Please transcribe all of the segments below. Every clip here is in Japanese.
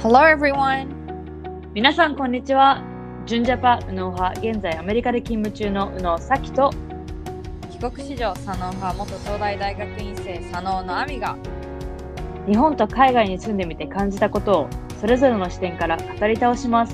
Hello everyone! 皆さんこんにちは。純ジャパ右脳派、現在アメリカで勤務中の右脳咲と帰国子女左脳派元東大大学院生左脳の亜美が日本と海外に住んでみて感じたことをそれぞれの視点から語り倒します。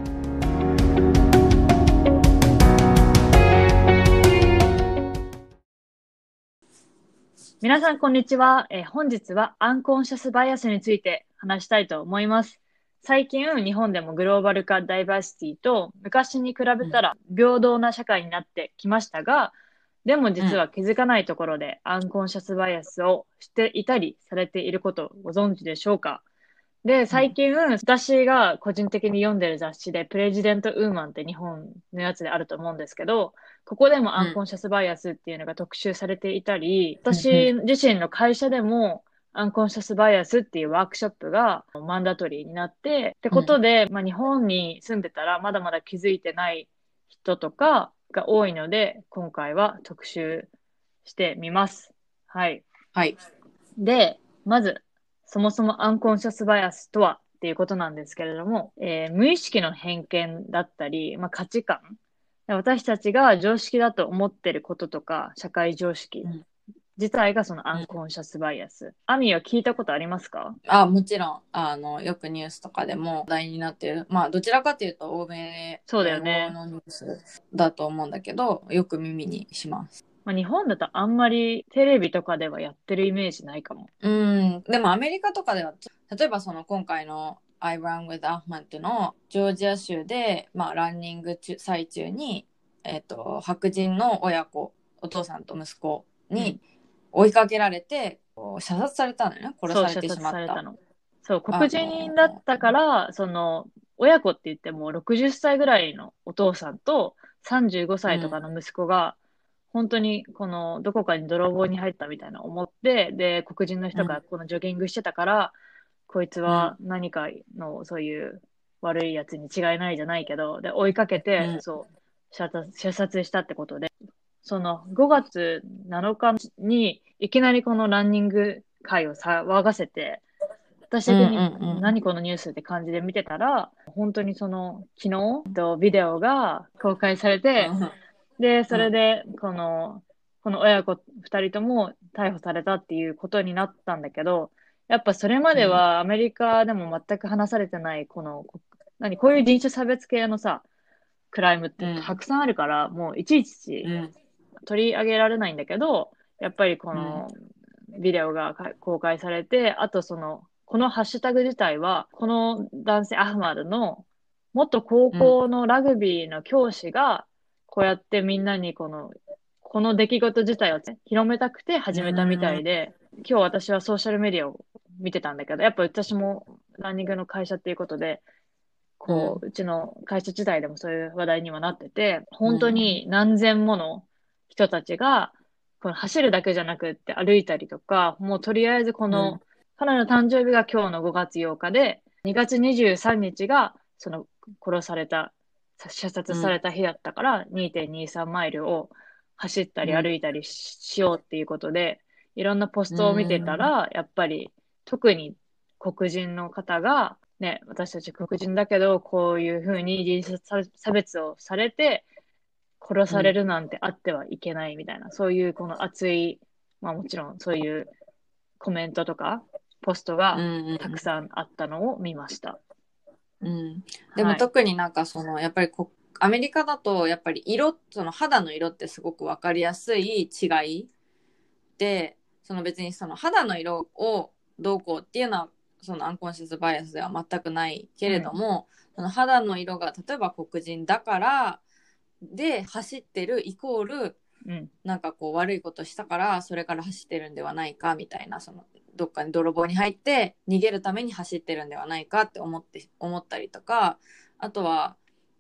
皆さんこんにちは。本日はアンコンシャスバイアスについて話したいと思います。最近日本でもグローバル化ダイバーシティと昔に比べたら平等な社会になってきましたが、でも実は気づかないところでアンコンシャスバイアスをしていたりされていることをご存知でしょうか。で、最近、私が個人的に読んでる雑誌でプレジデントウーマンって日本のやつであると思うんですけど、ここでもアンコンシャスバイアスっていうのが特集されていたり、私自身の会社でもアンコンシャスバイアスっていうワークショップがマンダトリーになって、ってことで、日本に住んでたらまだまだ気づいてない人とかが多いので、今回は特集してみます。はい。 はい。 で、まず、そもそもアンコンシャスバイアスとはっていうことなんですけれども、無意識の偏見だったり、価値観、私たちが常識だと思ってることとか、社会常識自体がそのアンコンシャスバイアス。アミは聞いたことありますか？ もちろん、よくニュースとかでも話題になってる。どちらかというと、欧米そうだよ英ね。 語のニュースだと思うんだけど、よく耳にします。 日本だとあんまりテレビとかではやってるイメージないかも。 でもアメリカとかでは、例えばその今回のI Run with Ahmad のジョージア州で、ランニング最中に、白人の親子、お父さんと息子に追いかけられて、射殺されたのよね。殺されてしまった。 そう、射殺されたの。そう、黒人だったから、親子って言っても60歳ぐらいのお父さんと35歳とかの息子が、本当にどこかに泥棒に入ったみたいな思って、で、黒人の人がこのジョギングしてたから、こいつは何かのそういう悪いやつに違いないじゃないけど、で、追いかけて、射殺したってことで、その5月7日にいきなりこのランニング会を騒がせて、私的に何このニュースって感じで見てたら、本当に昨日、ビデオが公開されて、で、それで、この親子2人とも逮捕されたっていうことになったんだけど、やっぱそれまではアメリカでも全く話されてない、こういう人種差別系のさ、クライムってたくさんあるから、もういちいち取り上げられないんだけど、やっぱりこのビデオが公開されて、あとこのハッシュタグ自体は、この男性アフマドの元高校のラグビーの教師が、こうやってみんなにこの出来事自体を広めたくて始めたみたいで、今日私はソーシャルメディアを見てたんだけど、やっぱ私もランニングの会社っていうことで、うちの会社自体でもそういう話題にはなってて、本当に何千もの人たちが、走るだけじゃなくって歩いたりとか、もうとりあえず彼の誕生日が今日の5月8日で、2月23日が殺された、射殺された日だったから、2.23マイルを走ったり歩いたりしようっていうことで、いろんなポストを見てたら、やっぱり特に黒人の方が、ね、私たち黒人だけど、こういうふうに人種差別をされて、殺されるなんてあってはいけないみたいな、そういうこの熱い、もちろんそういうコメントとか、ポストがたくさんあったのを見ました。 でも特にやっぱりアメリカだと、やっぱり肌の色ってすごくわかりやすい違いで、別に肌の色をどうこうっていうのは、アンコンシャスバイアスでは全くないけれども、その肌の色が例えば黒人だからで走ってるイコール、悪いことしたからそれから走ってるんではないかみたいな、どっかに泥棒に入って逃げるために走ってるんではないかって思ったりとか、あとは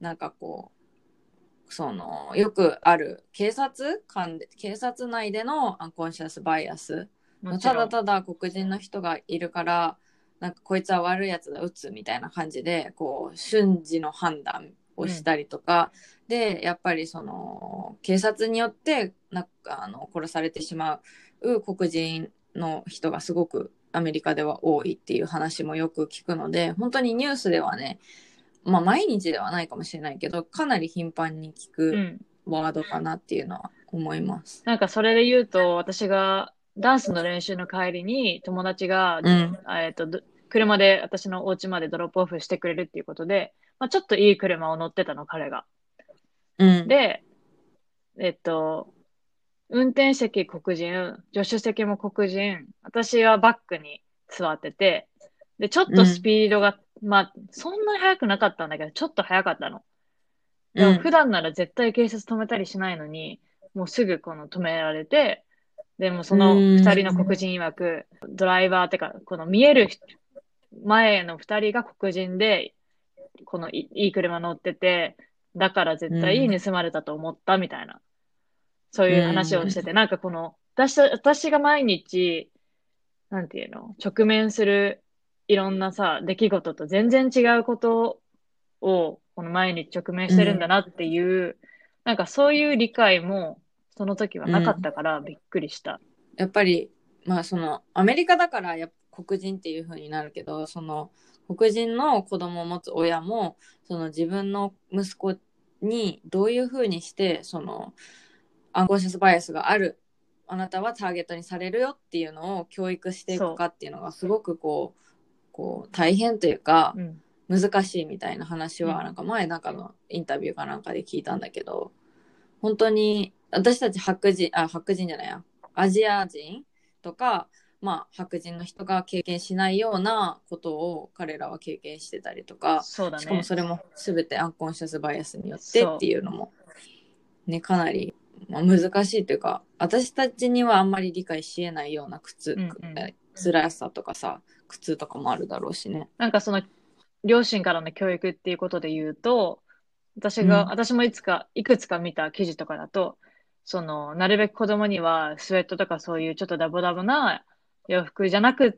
よくある警察内でのアンコンシャスバイアス、ただただ黒人の人がいるからこいつは悪いやつだ撃つみたいな感じで瞬時の判断をしたりとか、でやっぱり警察によって殺されてしまう黒人の人がすごくアメリカでは多いっていう話もよく聞くので、本当にニュースではね、まあ毎日ではないかもしれないけど、かなり頻繁に聞くうん。 ワードかなっていうのは思います。 なんかそれで言うと、私がダンスの練習の帰りに友達が、 うん。 車で私のお家までドロップオフしてくれるっていうことで、まあ、ちょっといい車を乗ってたの、彼が。 うん。 で、えっと、運転席黒人、助手席も黒人、私はバックに座ってて、で、ちょっとスうん。 ピードが、まあ、そんなに速くなかったんだけど、ちょっと速かったの。でも普うん。 段なら絶対警察止めたりしないのに、もうすぐこの止められて、でもそうの二人の黒ん。 人曰く、ドライバーってか、この見える前の二人が黒人で、このいい車乗ってて、だから絶うん。 対盗まれたと思ったみたいな、そうういう話をしてん。 て、なんかこの、私が毎日、なんていうの、直面するいろんなさ、出来事と全然違うことを、この毎日直面してるんだなっていう、なんかそういう理解も、その時はなかったからびっくりした。 やっぱり、まあそのアメリカだから黒人っていう風になるけど、その黒人の子供を持つ親もその自分の息子にどういう風にしてそのアンコンシャスバイアスがある、あなたはターゲットにされるよっていうのを教育していくそかっていうのがすごくこう大変というかう。うん。 難しいみたいな話うん。 はなんか前なんかのインタビューかなんかで聞いたんだけど、本当に私たち白人じゃないや、アジア人とか、まあ白人の人が経験しないようなことを彼らは経験してたりとか、しかもそうだね。 それも全てアンコンシャスバイアスによってってそいうのもね、かなり、まあ、難しいというか、私たちにはあんまり理解しえないようなう。うんうん。 辛さとかさ、苦痛とかもあるだろうしね。 なんかその、両親からの教育っていうことで言うと、 うん。 私もいくつか見た記事とかだと、その、なるべく子供にはスウェットとかそういうちょっとダボダボな洋服じゃなくって、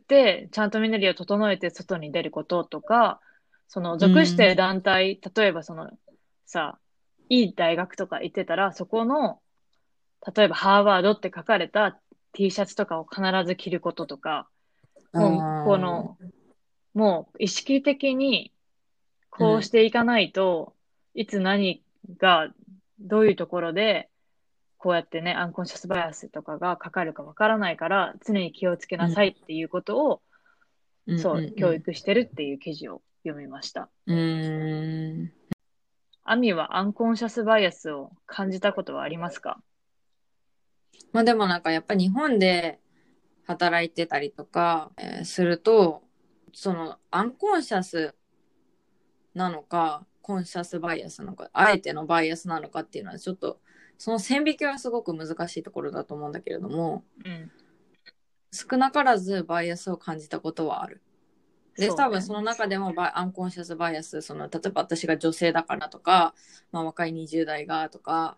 ちゃんと身なりを整えて外に出ることとか、その、 うん。 属している団体、例えばその、さ、いい大学とか行ってたら、そこの、例えばハーバードって書かれた T シャツとかを必ず着ることとか、 あもう、 あ。 もう意識的にこうしうん。 ていかないと、いつ何が、どういうところで、こうやってね、アンコンシャスバイアスとかがかかるかわからないから、常に気をつけなさいうん。 っていうことを、 うん。 そう、教うん。 育してるっていう記事を読みました。 うん。うーん。 アミはアンコンシャスバイアスを感じたことはありますか？ まあでもなんかやっぱ日本で働いてたりとか、すると、そのアンコンシャスなのか、コンシャスバイアスなのか、あえてのバイアスなのかっていうのはちょっと、その線引きはすごく難しいところだと思うんだけれども、 うん。 少なからずバイアスを感じたことはある。で、 そうね。 多分その中でもアンコンシャスバイアス、その、例えば私が女性だからとか、まあ若い20代がとか、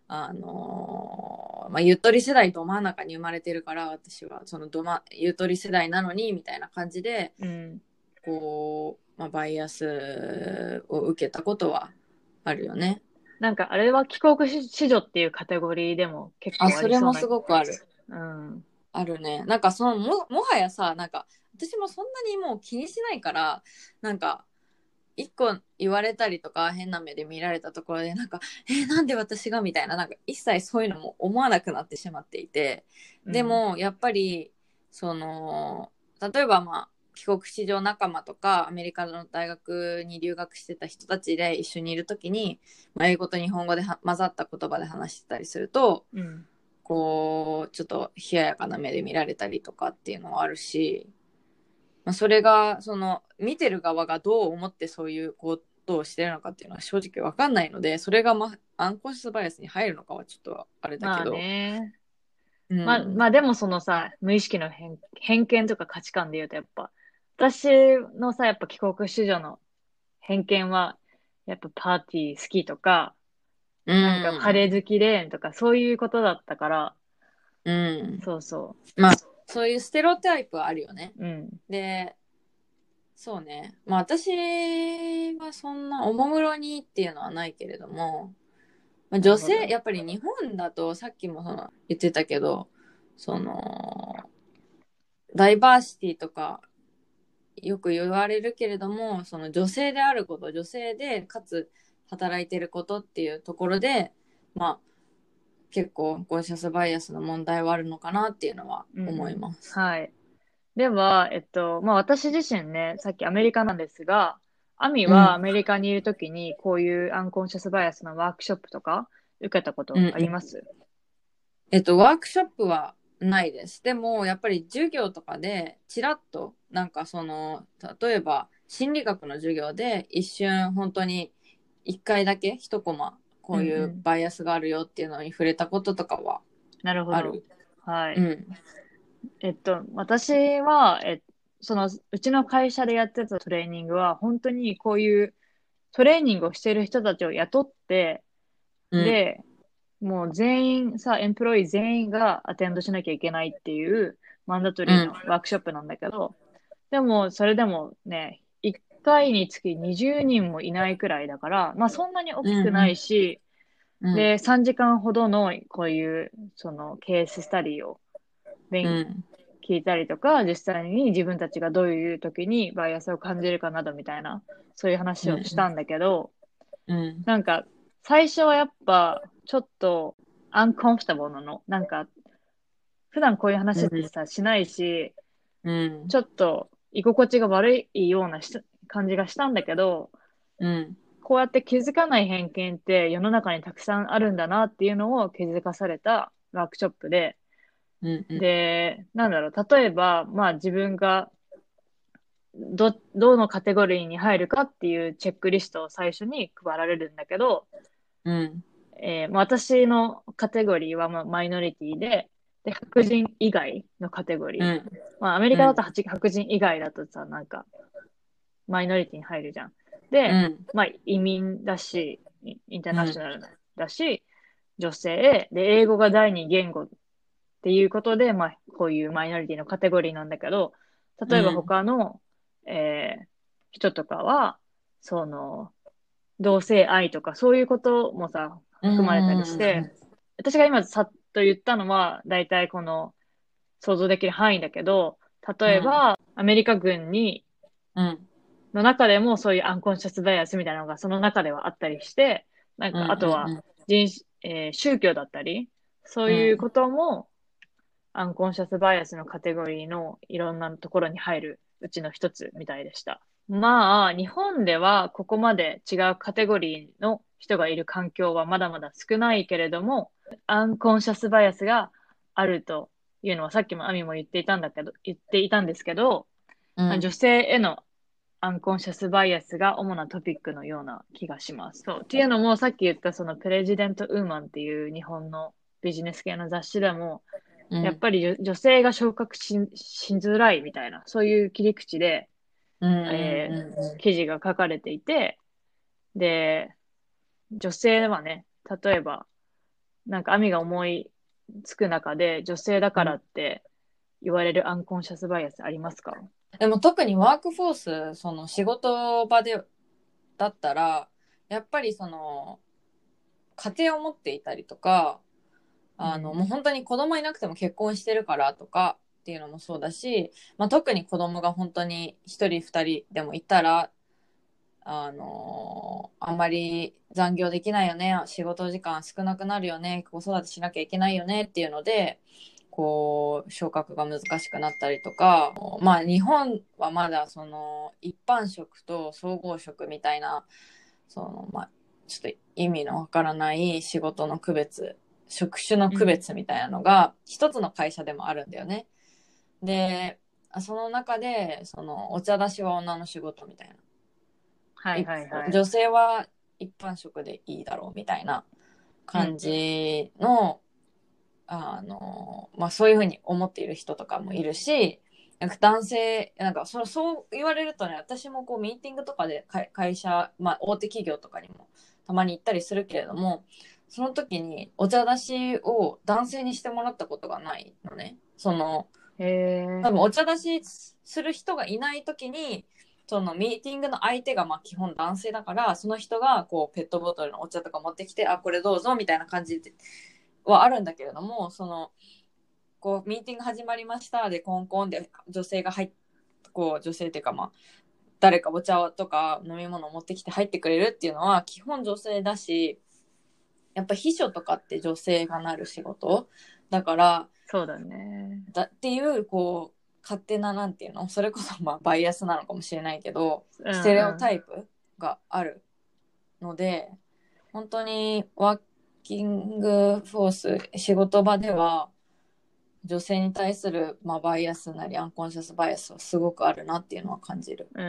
まあ、ゆとり世代ど真ん中に生まれてるから、私はそのゆとり世代なのに、みたいな感じで、 うん。 まあ、バイアスを受けたことはあるよね。 なんかあれは帰国子女っていうカテゴリーでも結あ、 構ありそうな。 それもすごくある。 うん。 あるね。なんかそのもはやさ、なんか私もそんなにもう気にしないから、なんか一個言われたりとか変な目で見られたところでなんかなんで私がみたいな、なんか一切そういうのも思わなくなってしまっていて、 うん。 でもやっぱりその例えばまあ帰国子女仲間とかアメリカの大学に留学してた人たちで一緒にいるときに、まあ、英語と日本語で混ざった言葉で話してたりすると、 うん。 こうちょっと冷ややかな目で見られたりとかっていうのはあるし、まあ、それがその見てる側がどう思ってそういうことをしてるのかっていうのは正直わかんないので、それが、まあ、アンコンシャスバイアスに入るのかはちょっとあれだけまあど、 ね。まうん、 あでもそのさ、無意識の偏見とか価値観で言うとやっぱ、私のさ、やっぱ帰国子女の偏見は、やっぱパーティー好きとか、 うなんかカレーん、 好きでとか、そういうことだったから、 うん。 そうそまあそういうステロタイプはあるよね。 う。うん。 で、そうね、まあ私はそんなおもむろにっていうのはないけれども、まあ、女性、 なるほど。 やっぱり日本だとさっきもその言ってたけど、そのダイバーシティとかよく言われるけれども、その女性であること、女性でかつ働いてることっていうところで、まあ結構コンシャスバイアスの問題はあるのかなっていうのはうん思いうん。 ます。 はい。では、まあ私自身ね、さっきアメリカなんですが、アミうん。 はアメリカにいるときに、こういうアンコンシャスバイアスのワークショップとか受けたことありうん。 ます？ ワークショップはないです。でも、やっぱり授業とかで、ちらっと、なんかその、例えば、心理学の授業で、一瞬、本当に、一回だけ、一コマ、こういううんうん。 バイアスがあるよっていうのに触れたこととかはなるほど。 ある。 はい。 うん。 私は、うちの会社でやってたトレーニングは、本当にこういうトレーニングをしている人たちを雇って、 うん。 で、もう全員さ、エンプロイ全員がアテンドしなきゃいけないっていうマンダトリーうん。 のワークショップなんだけど、でも、それでもね、1回につき20人もいないくらいだから、まあそんなに大うん。 きくないし、 うん。 で、3時間ほどのこういう、そのケーススタディをうん。 聞いたりとか、実際に自分たちがどういう時にバイアスを感じるかなどみたいな、そういう話うん。 をしたんだけど、 うん。 なんか、最初はやっぱ、ちょっと、アンコンフォタブルなの。なんか、普段こういう話ってさ、しないし、 うん。 ちょっと、居心地が悪いような感じがしたんだけど、 うん。 こうやって気づかない偏見って世の中にたくさんあるんだなっていうのを気づかされたワークショップで、 うん。うん。 で、なんだろう、例えば、まあ自分がどのカテゴリーに入るかっていうチェックリストを最初に配られるんだけど、 うん。 まあ私のカテゴリーはまあマイノリティで、白人以外のカテゴリー。 うん。 まあアメリカだとうん。 白人以外だとさ、なんかマイノリティに入るじゃん。で、 うん。 まあ移民だし、インターうん。 ナショナルだし、女性で、英語が第二言語っていうことで、まあこういうマイノリティのカテゴリーなんだけど、例えばうん。 他の、えー人とかは、その、同性愛とかそういうこともさ、 う含まれたりしん。 て、私が今さっと言ったのは、大体この想像できる範囲だけど、 うん。 例えば、アメリカ軍うん。 の中でもそういうアンコンシャスバイアスみたいなのがその中ではあったりして、なんうん。 か、あとはうん。 宗教だったり、そううん。 いうこともアンコンシャスバイアスのカテゴリーのいろんなところに入るうちの一つみたいでした。まあ、日本ではここまで違うカテゴリーの人がいる環境はまだまだ少ないけれども、アンコンシャスバイアスがあるというのはさっきもアミも言っていたんですけど、まあ女うん。 性へのアンコンシャスバイアスが主なトピックのような気がします。そう。っていうのもさっき言ったそのプレジデントウーマンっていう日本のビジネス系の雑誌でも、やっうん。 ぱり女性が昇格しづらいみたいな、そういう切り口で、 うん。うん。 記事が書かれていて、で、女性はね、例えば、なんか、アミが思いつく中で、女性だからって言われるアンコンシャスバイアスありますか？ でも特にワークフォース、その仕事場でだったら、やっぱりその家庭を持っていたりとか、 うん。 もう本当に子供いなくても結婚してるからとかっていうのもそうだし、まあ、特に子供が本当に1人2人でもいたら、あんまり残業できないよね、仕事時間少なくなるよね、子育てしなきゃいけないよねっていうので、こう、昇格が難しくなったりとか、まあ日本はまだその一般職と総合職みたいな、その、まあ、ちょっと意味のわからない仕事の区別、職種の区うん。 別みたいなのが一つの会社でもあるんだよね。で、その中で、そのお茶出しは女の仕事みたいな。 はいはいはい。 女性は一般職でいいだろうみたいな感うん。 じの、まあそういうふうに思っている人とかもいるし、なんか男性、なんかそう言われるとね、私もこうミーティングとかで会社、まあ大手企業とかにもたまに行ったりするけれども、その時にお茶出しを男性にしてもらったことがないのね。その、 へえ。 多分お茶出しする人がいない時に、そのミーティングの相手がまあ基本男性だから、その人がこうペットボトルのお茶とか持ってきて、あ、これどうぞみたいな感じはあるんだけれども、そのこうミーティング始まりましたでコンコンで女性がこう女性っていうかまあ誰かお茶とか飲み物を持ってきて入ってくれるっていうのは基本女性だし、やっぱ秘書とかって女性がなる仕事だからそうだね。 っていうこう勝手ななんていうの、それこそまあバイアスなのかもしれないけど、 うんステレオうん。 タイプがあるので、本当にワーキングフォース仕事場では女性に対する、まあ、バイアスなりアンコンシャスバイアスはすごくあるなっていうのは感じる。 うん。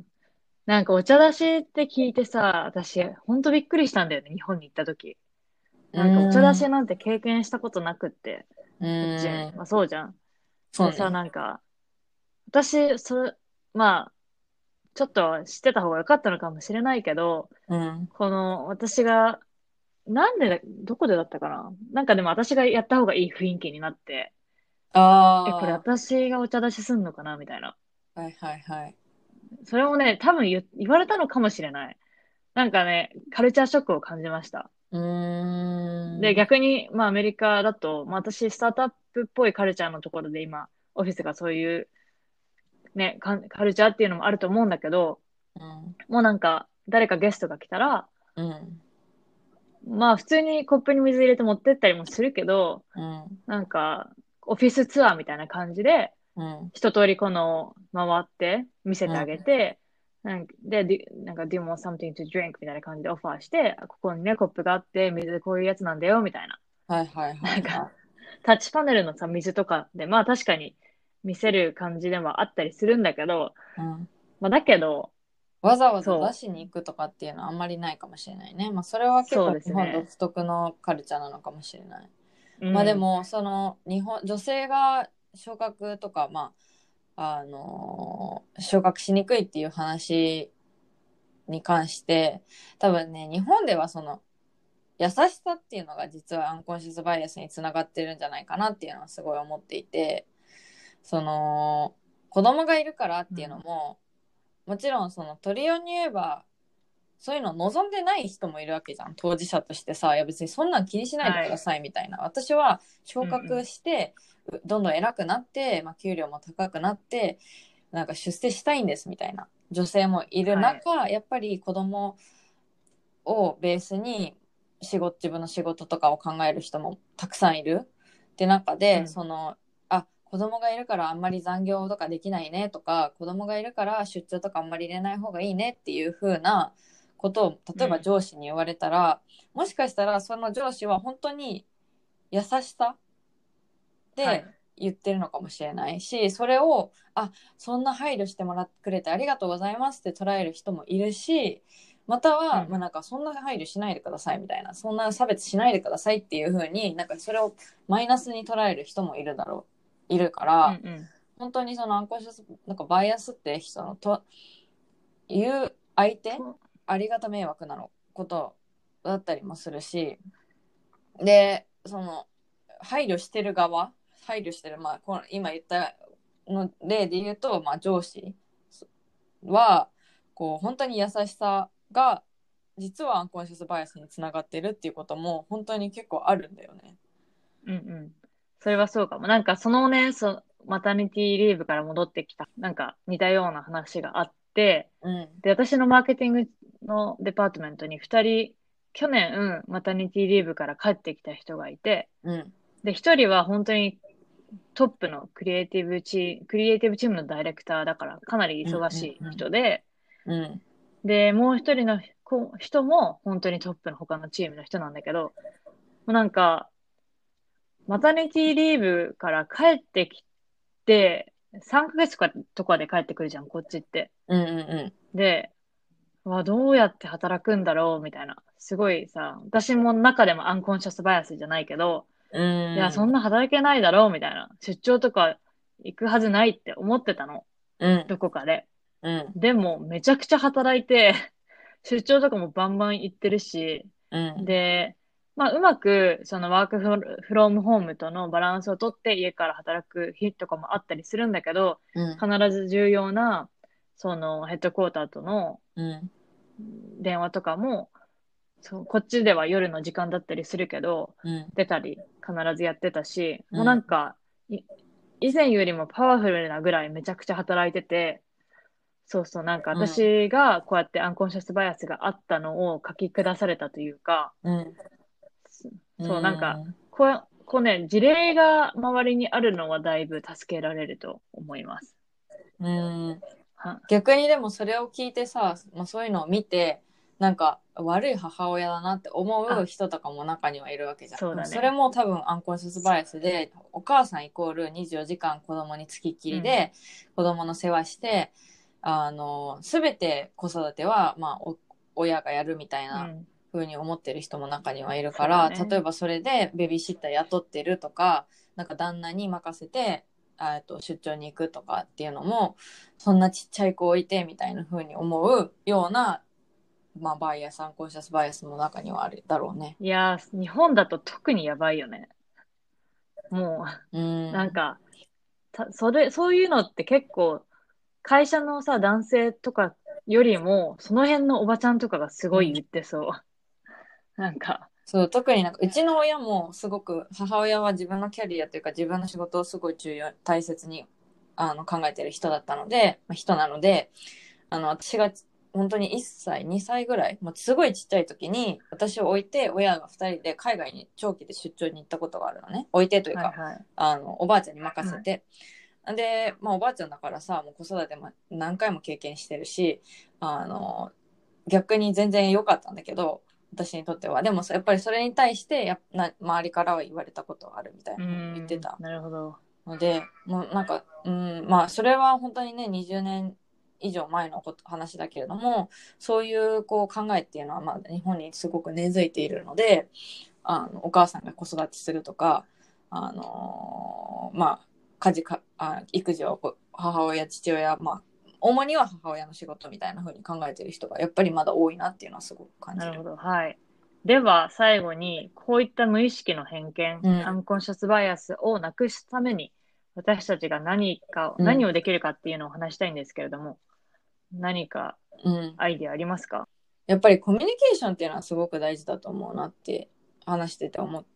なんかお茶出しって聞いてさ、私、ほんとびっくりしたんだよね、日本に行った時。 うなんかお茶出ーん、 しなんて経験したことなくって、 うこっち。 ーん、 まあそうじゃん。でさ、 そうね。 なんか、私、まあ、ちょっと知ってた方が良かったのかもしれないけど、 うん。 この、私が、どこでだったかな、なんかでも私がやった方がいい雰囲気になって、これあ私がお茶出しすんのかなみたいな。 あ、はいはいはい。 それもね、多分言われたのかもしれない。なんかね、カルチャーショックを感じました。 うーで、 ん、 逆に、まあアメリカだと、まあ私、スタートアップっぽいカルチャーのところで今、オフィスがそういうね、カルチャーっていうのもあると思うんだけど、 うん、 もうなんか、誰かゲストが来たら、 うん、 まあ普通にコップに水入れて持ってったりもするけど、 うん、 なんか、オフィスツアーみたいな感じで、 うん、 一通りこの回って見せてあげうん。 て、なんか、do you want something to drink? みたいな感じでオファーして、ここにね、コップがあって、水こういうやつなんだよ、みたいな。 はいはいはなんか、 いはタッチパネルのさ、水とかで、まあ確かに見せる感じではあったりするんだけど、 い。うん。 まあだけど、 わざわざ出そしに行くとかっていうのはあんまりないかもしれないね。まあそれは結そう構日本独ですね。 特のカルチャーなのかもしれない。 うん。 まあでも、その女性が昇格とか、まあ、昇格しにくいっていう話に関して、多分ね、日本ではその優しさっていうのが実はアンコンシャスバイアスにつながってるんじゃないかなっていうのはすごい思っていて、その子供がいるからっていうのうん。 も、もちろんその取りように言えばそういうのを望んでない人もいるわけじゃん、当事者としてさ。いや別にそんなん気にしないではい。 くださいみたいな。私は昇格うんしてどんどん偉くなって、まあ、給料も高くなってなんか出世したいんですみたいな女性もいるはい。 中、やっぱり子供をベースに自分の仕事とかを考える人もたくさんいるって中で、 うん。 その子供がいるからあんまり残業とかできないねとか、子供がいるから出張とかあんまり入れない方がいいねっていう風なことを例えばうん。 上司に言われたら、もしかしたらその上司は本当に優しさではい。 言ってるのかもしれないし、それをそんな配慮してもらってくれてありがとうございますって捉える人もいるし、または、まあ、 うん。 なんかそんな配慮しないでくださいみたいな、そんな差別しないでくださいっていう風になんかそれをマイナスに捉える人もいるかうん。 ら、 うん。 本当にそのアンコンシャスなんかバイアスってそのという相手と、 ありがた迷惑なのことだったりもするし、でその配慮してる側、配慮してる、まあ、この今言ったの例で言うと、まあ、上司はこう本当に優しさが実はアンコンシャスバイアスにつながってるっていうことも本当に結構あるんだよね。 うんうん。それはそうかも。なんかそのね、マタニティリーブから戻ってきた、なんか似たような話があって、 うんで、私のマーケティングのデパートメントに二人、去年、マタニティリーブから帰ってきた人がいて、 うんで、一人は本当にトップのクリエイティブチームのダイレクターだから、かなりうん忙しい人で、 うんで、もう一人の人も本当にトップの他のチームの人なんだけど、もうなんか、マタニティリーブから帰ってきて、3ヶ月とかで帰ってくるじゃん、こっちって。 うんうんうんで、どうやって働くんだろうみたいな。すごいさ、私も中でもアンコンシャスバイアスじゃないけど、 ういや、そんんな働けないだろうみたいな。出張とか行くはずないって思ってたの。 うんどこかで。 うんでも、めちゃくちゃ働いて、出張とかもバンバン行ってるし、 うんで、まあ、うまく、そのワークフロームホームとのバランスをとって家から働く日とかもあったりするんだけど、 うん必ず重要な、そのヘッドクォーターとのうん電話とかも、こっちでは夜の時間だったりするけど、 うん出たり必ずやってたし、もうなんうんか、 以前よりもパワフルなぐらいめちゃくちゃ働いてて、そうそう、なんかうん私がこうやってアンコンシャスバイアスがあったのを書き下されたというか、 うんうそう、なんか、 んこうね、事例が周りにあるのはだいぶ助けられると思います。 うんは、 逆にでもそれを聞いてさ、まあ、そういうのを見てなんか悪い母親だなって思うあ、 人とかも中にはいるわけじゃん。でもそれそうだね。 も多分アンコンシャスバイアスで、お母さんイコール24時間子供につきっきうん。 りで子供の世話して、全て子育ては、まあ、親がやるみたいなうん。 風に思ってる人も中にはいるかそうだら、 ね。 例えばそれでベビーシッター雇ってるとか、なんか旦那に任せて出張に行くとかっていうのも、そんなちっちゃい子置いてみたいな風に思うような、まあ、バイアス、アンコンシャスバイアスの中にはあるだろうね。 いやー、日本だと特にやばいよね。もうう、なんん。 か、そういうのって結構、会社のさ、男性とかよりも、その辺のおばちゃんとかがすうん。 ごい言ってそう。なんか、 そう、特になんか、うちの親もすごく、母親は自分のキャリアというか自分の仕事をすごい大切に考えてる人だったので、まあ、人なので、私が本当に1歳、2歳ぐらい、もうすごいちっちゃい時に、私を置いて、親が2人で海外に長期で出張に行ったことがあるのね。置いてというか、 はいはい。 おばあちゃんに任うん。 せて。で、まあ、おばあちゃんだからさ、もう子育ても何回も経験してるし、あの、逆に全然良かったんだけど、私にとっては。でもやっぱりそれに対して周りからは言われたことがあるみたいうーなふうに言ってん、 たなるほど。 ので、もうなんか、まあ、それは本当にね、20年以上前の話だけれども、そういうこう考えっていうのは、まあ、日本にすごく根付いているので、お母さんが子育てするとか、まあ、育児を母親、父親、まあ、主には母親の仕事みたいな風に考えてる人がやっぱりまだ多いなっていうのはすごく感じる。 なるほど。はい。では、最後に、こういった無意識の偏見、 うん、 アンコンシャスバイアスをなくすために、私たちがうん、 何をできるかっていうのを話したいんですけれども、何かうん。 アイディアありますか？ やっぱりコミュニケーションっていうのはすごく大事だと思うなって話してて思って、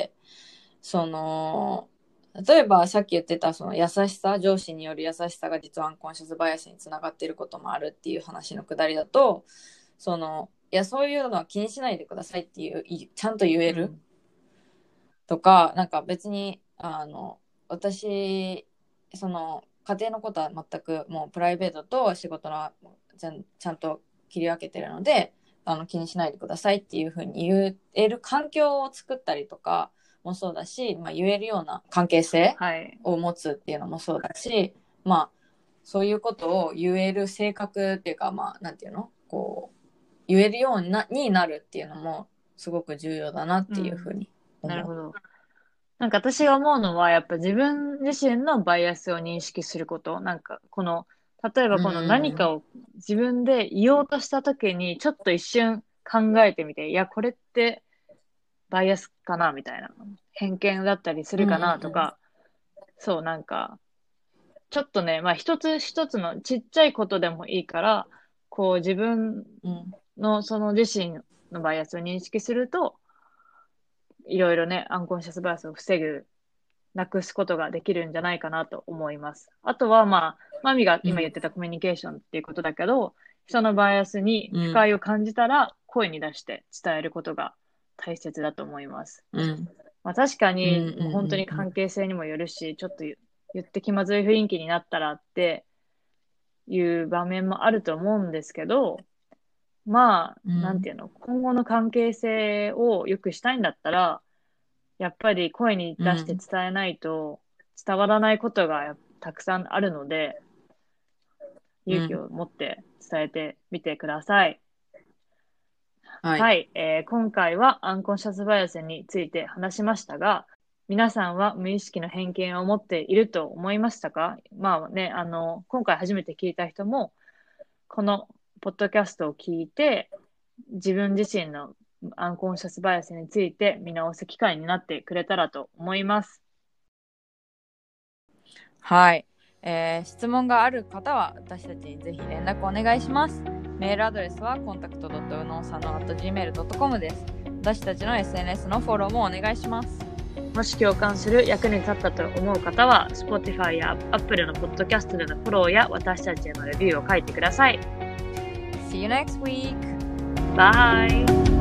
その、例えばさっき言ってたその優しさ、上司による優しさが実はアンコンシャスバイアスにつながっていることもあるっていう話のくだりだと、いや、そういうのは気にしないでくださいっていう、ちゃんと言えるうん。 とか、なんか別に、私、家庭のことは全くもうプライベートと仕事のちゃんと切り分けてるので、気にしないでくださいっていうふうに言える環境を作ったりとかもそうだし、まあ、言えるような関係性はい。 を持つっていうのもそうだし、まあ、そういうことを言える性格っていうか、まあ、なんていうのこう、言えるようになるっていうのもすごく重要だなっていうふううん。 に思なるほど。なんか私が思うのは、やっぱ自分自身のバイアスを認識すること。なんか、例えばう。うこの何かん。 を自分で言おうとした時に、ちょっと一瞬考えてみて、いや、これってバイアスかなみたいな。偏見だったりするかうんうんなとか、そう、なんか、ちょっとね、まあ一つ一つのちっちゃいことでもいいから、こう自分うん。 のその自身のバイアスを認識すると、いろいろね、アンコンシャスバイアスをなくすことができるんじゃないかなと思います。あとは、まあ、マミが今言ってたコミュニケーションっていうことだけど、人のバイアスにうん。 不快を感じたら、声に出して伝えることが大切だと思います。 うん。 まあ確かうん。うに、もう本当にん。 関係性にもよるし、ちょっと言って気まずい雰囲気になったらっていう場面もあると思うんですけど、まあ、 うん。 なんていうの、今後の関係性を良くしたいんだったら、やっぱり声に出してうん。 伝えないと伝わらないことがたくさんあるので、勇気うん。 を持って伝えてみてください。 はい。 はい、今回はアンコンシャスバイアスについて話しましたが、皆さんは無意識の偏見を持っていると思いましたか？まあね、今回初めて聞いた人も、このポッドキャストを聞いて、自分自身のアンコンシャスバイアスについて見直す機会になってくれたらと思います。 はい。質問がある方は私たちにぜひ連絡お願いします。メールアドレスは contact.unosano@gmail.com です。私たちの SNS のフォローもお願いします。 もし共感する、役に立ったと思う方は Spotify や Apple のポッドキャストでのフォローや私たちへのレビューを書いてください。 See you next week! Bye!